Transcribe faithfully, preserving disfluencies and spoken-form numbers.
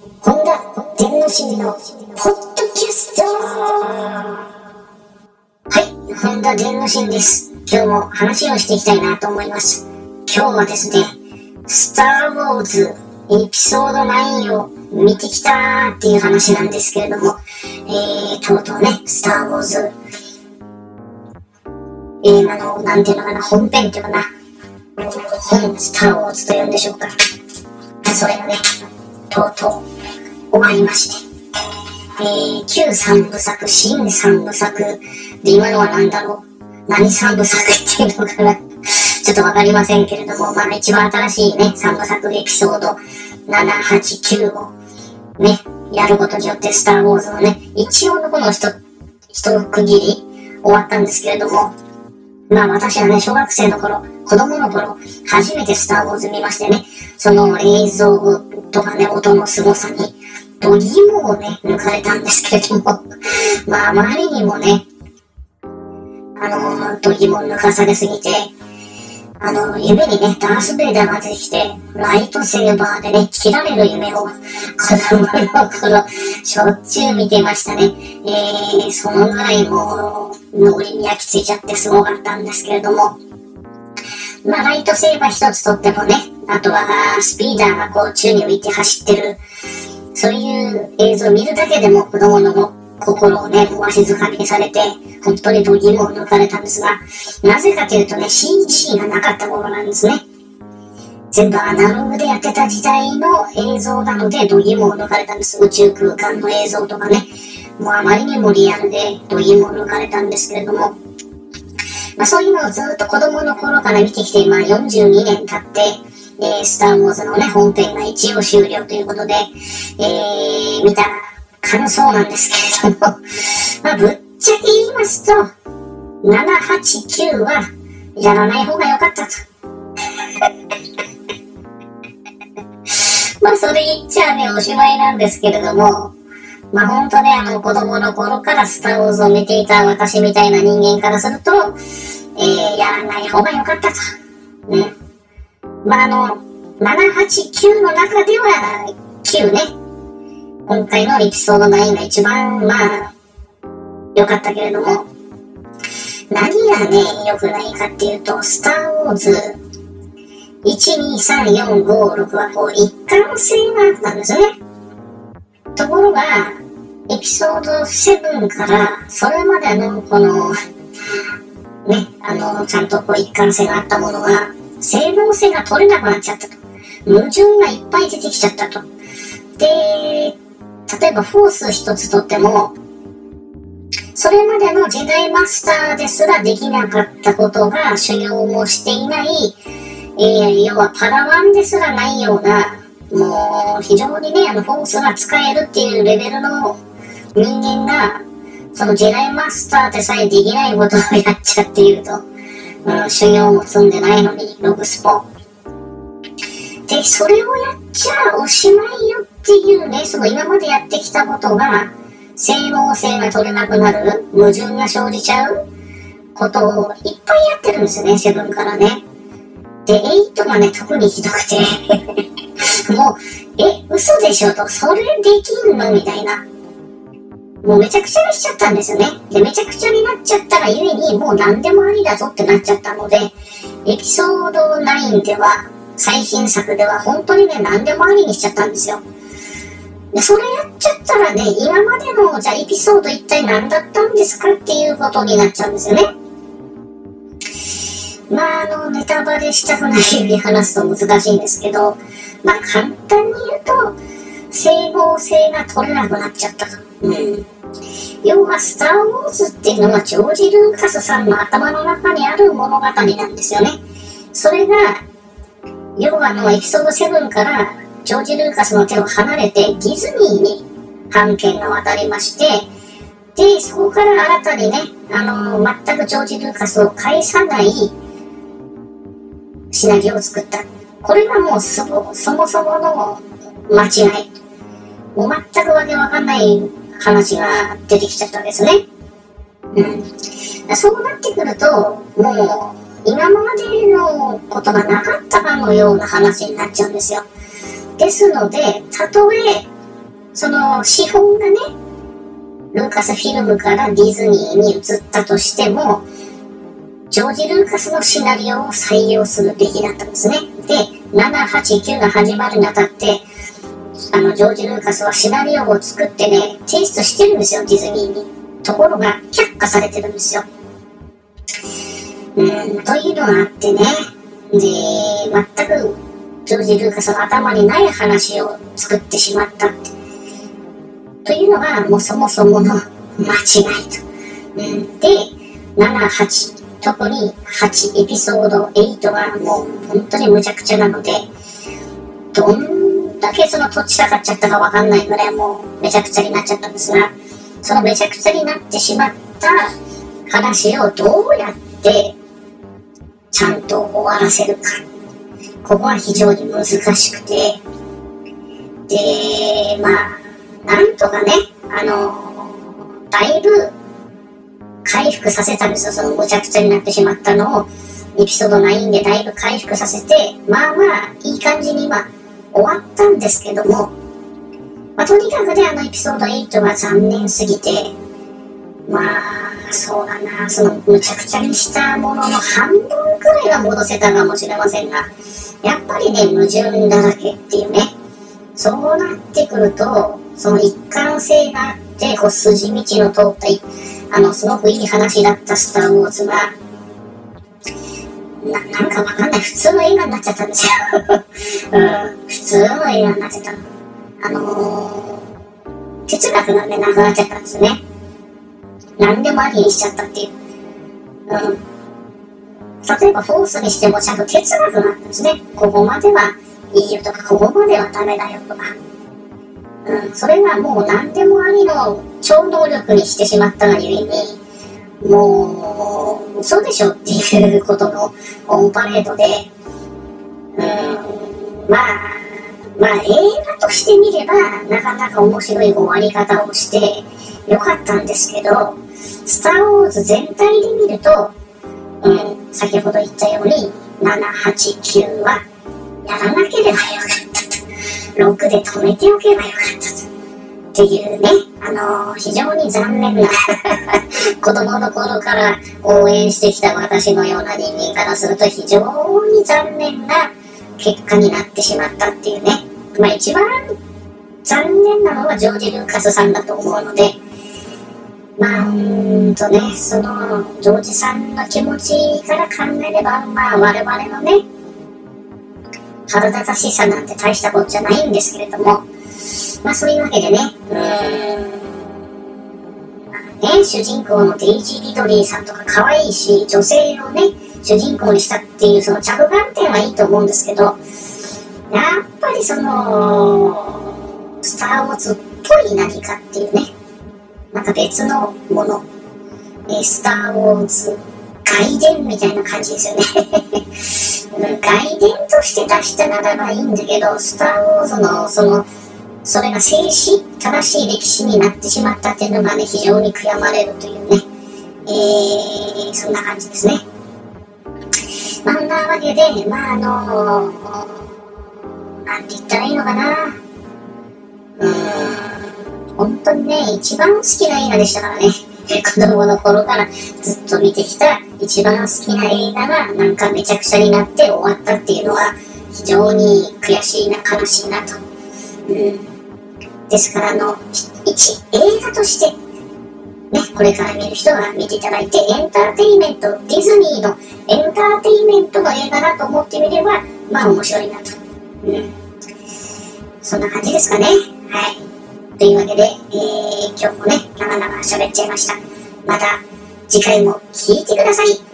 本田天之進のポッドキャスト。はい、本田天之進です。今日も話をしていきたいなと思います。今日はですね、スター・ウォーズエピソードナインを見てきたっていう話なんですけれども、えー、とうとうね、スター・ウォーズ映画の、なんていうのかな、本編っていうかな、本スター・ウォーズと言うんでしょうか。それがね、とうとう終わりまして、えー、旧三部作、新三部作で、今のは何だろう、何三部作っていうのかなちょっとわかりませんけれども、まあ一番新しいね、三部作エピソードなな、はち、きゅうをね、やることによって、スター・ウォーズのね、一応のこの一、一区切り終わったんですけれども、まあ私はね、小学生の頃、子供の頃、初めてスター・ウォーズ見ましてね、その映像とかね、音の凄さに、度肝をね、抜かれたんですけれども、まああまりにもね、あの、度肝を抜かされすぎて、あの、夢にね、ダース・ベイダーが出てきて、ライトセーバーでね、切られる夢を、子供の頃、しょっちゅう見てましたね。えー、そのぐらいもう、脳裏に焼き付いちゃってすごかったんですけれども、まあ、ライトセーバー一つとってもね、あとは、スピーダーがこう、宙に浮いて走ってる、そういう映像を見るだけでも子供の心をね、わしづかみにされて、本当に度肝を抜かれたんですが、なぜかというとね、シージー がなかった頃なんですね。全部アナログでやってた時代の映像なので、度肝を抜かれたんです。宇宙空間の映像とかね、もうあまりにもリアルで度肝を抜かれたんですけれども、まあそういうのをずっと子供の頃から見てきて、まあよんじゅうにねん経って、えー、スター・ウォーズのね、本編が一応終了ということで、えー、見た感想なんですけれども、まあぶっちゃけ言いますと、なな、はち、きゅうはやらない方が良かったと。まあそれ言っちゃね、おしまいなんですけれども、まあほんとね、あの子供の頃からスター・ウォーズを見ていた私みたいな人間からすると、えー、やらない方が良かったと。うん。まああの、なな、はち、きゅうの中では、きゅうね、今回のエピソードナインが一番、まあ、良かったけれども、何がね、良くないかっていうと、スター・ウォーズ、いち、に、さん、よん、ご、ろくはこう、一貫性があったんですよね。ところが、エピソードななから、それまでの、この、ね、あの、ちゃんとこう、一貫性があったものが、整合性が取れなくなっちゃったと。矛盾がいっぱい出てきちゃったと。で、例えばフォース一つとっても、それまでのジェダイマスターですらできなかったことが修行もしていない、えー、要はパラワンですらないような、もう非常にね、あのフォースが使えるっていうレベルの人間が、そのジェダイマスターでさえできないことをやっちゃっていると。うん、修行も積んでないのに、ログスポ。で、それをやっちゃおしまいよっていうね、その今までやってきたことが、整合性が取れなくなる、矛盾が生じちゃうことをいっぱいやってるんですよね、セブンからね。で、エイトがね、特にひどくて、もう、え、嘘でしょと、それできんのみたいな。もうめちゃくちゃにしちゃったんですよね。で、めちゃくちゃになっちゃったがゆえに、もう何でもありだぞってなっちゃったので、エピソードナインでは、最新作では本当にね、何でもありにしちゃったんですよ。で、それやっちゃったらね、今までの、じゃあエピソード一体何だったんですかっていうことになっちゃうんですよね。まあ、あの、ネタバレしたくないように話すと難しいんですけど、まあ、簡単に言うと、整合性が取れなくなっちゃったと。うん。要は、スター・ウォーズっていうのは、ジョージ・ルーカスさんの頭の中にある物語なんですよね。それが、要はあの、エピソードななから、ジョージ・ルーカスの手を離れて、ディズニーに版権が渡りまして、で、そこから新たにね、あの、全くジョージ・ルーカスを介さないシナリオを作った。これがもうそもそもそもの間違い。もう全くわけわかんない話が出てきちゃったわけですね。うん。そうなってくると、もう今までのことがなかったかのような話になっちゃうんですよ。ですので、たとえその資本がね、ルーカスフィルムからディズニーに移ったとしても、ジョージ・ルーカスのシナリオを採用するべきだったんですね。で、なな、はち、きゅうが始まるにあたって、あの、ジョージ・ルーカスはシナリオを作ってね、提出してるんですよ、ディズニーに。ところが、却下されてるんですよ。うん、というのがあってね。で、全く、ジョージ・ルーカスの頭にない話を作ってしまったって。というのが、もうそもそもの間違いと。うん、で、なな、はち、特にはちエピソードはちがもう本当に無茶苦茶なので、どんだけそのとっちらかっちゃったかわかんないぐらいもうめちゃくちゃになっちゃったんですが、そのめちゃくちゃになってしまった話をどうやってちゃんと終わらせるか。ここは非常に難しくて、で、まあ、なんとかね、あの、だいぶ回復させたんですよ。そのむちゃくちゃになってしまったのをエピソードナインでだいぶ回復させて、まあまあいい感じに今終わったんですけども、まあ、とにかくね、あのエピソードはちが残念すぎて、まあそうだな、そのむちゃくちゃにしたものの半分くらいは戻せたかもしれませんが、やっぱりね、矛盾だらけっていうね、そうなってくると、その一貫性があってこう筋道の通ったあの、すごくいい話だったスター・ウォーズが、な、なんかわかんない。普通の映画になっちゃったんですよ。うん、普通の映画になっちゃったの。あのー、哲学がね、なくなっちゃったんですよね。何でもありにしちゃったっていう。うん。例えば、フォースにしてもちゃんと哲学があるんですね。ここまではいいよとか、ここまではダメだよとか。うん、それがもう何でもありの超能力にしてしまったがゆえに、もう嘘でしょっていうことのオンパレードで、うん、まあまあ映画として見ればなかなか面白い終わり方をしてよかったんですけど、スター・ウォーズ全体で見ると、うん、先ほど言ったようになな、はち、きゅうはやらなければよかったと。ろくで止めておけばよかったと。っていうね、あのー、非常に残念な子供の頃から応援してきた私のような人間からすると非常に残念な結果になってしまったっていうね。まあ一番残念なのはジョージ・ルーカスさんだと思うので、まあうーんとね、そのジョージさんの気持ちから考えれば、まあ我々のね、腹立たしさなんて大したことじゃないんですけれども、まあそういうわけでね、うーん、まあね、主人公のデイジー・リドリーさんとか可愛いし、女性をね、主人公にしたっていうその着眼点はいいと思うんですけど、やっぱりその、スター・ウォーズっぽい何かっていうね、また別のもの、えー、スター・ウォーズ外伝みたいな感じですよね外伝として出したならばいいんだけど、スター・ウォーズのそのそれが静止正しい歴史になってしまったっていうのがね、非常に悔やまれるというね、えー、そんな感じですね。まあ、そんなわけで、まああのー、なんて言ったらいいのかな、うーん、本当にね、一番好きな映画でしたからね。子供の頃からずっと見てきた一番好きな映画がなんかめちゃくちゃになって終わったっていうのは非常に悔しいな、悲しいなと。うん、ですからあの、一映画として、ね、これから見る人は見ていただいて、エンターテインメント、ディズニーのエンターテインメントの映画だと思ってみれば、まあ面白いなと。うん、そんな感じですかね。はい。というわけで、えー、今日もね、長々喋っちゃいました。また次回も聞いてください。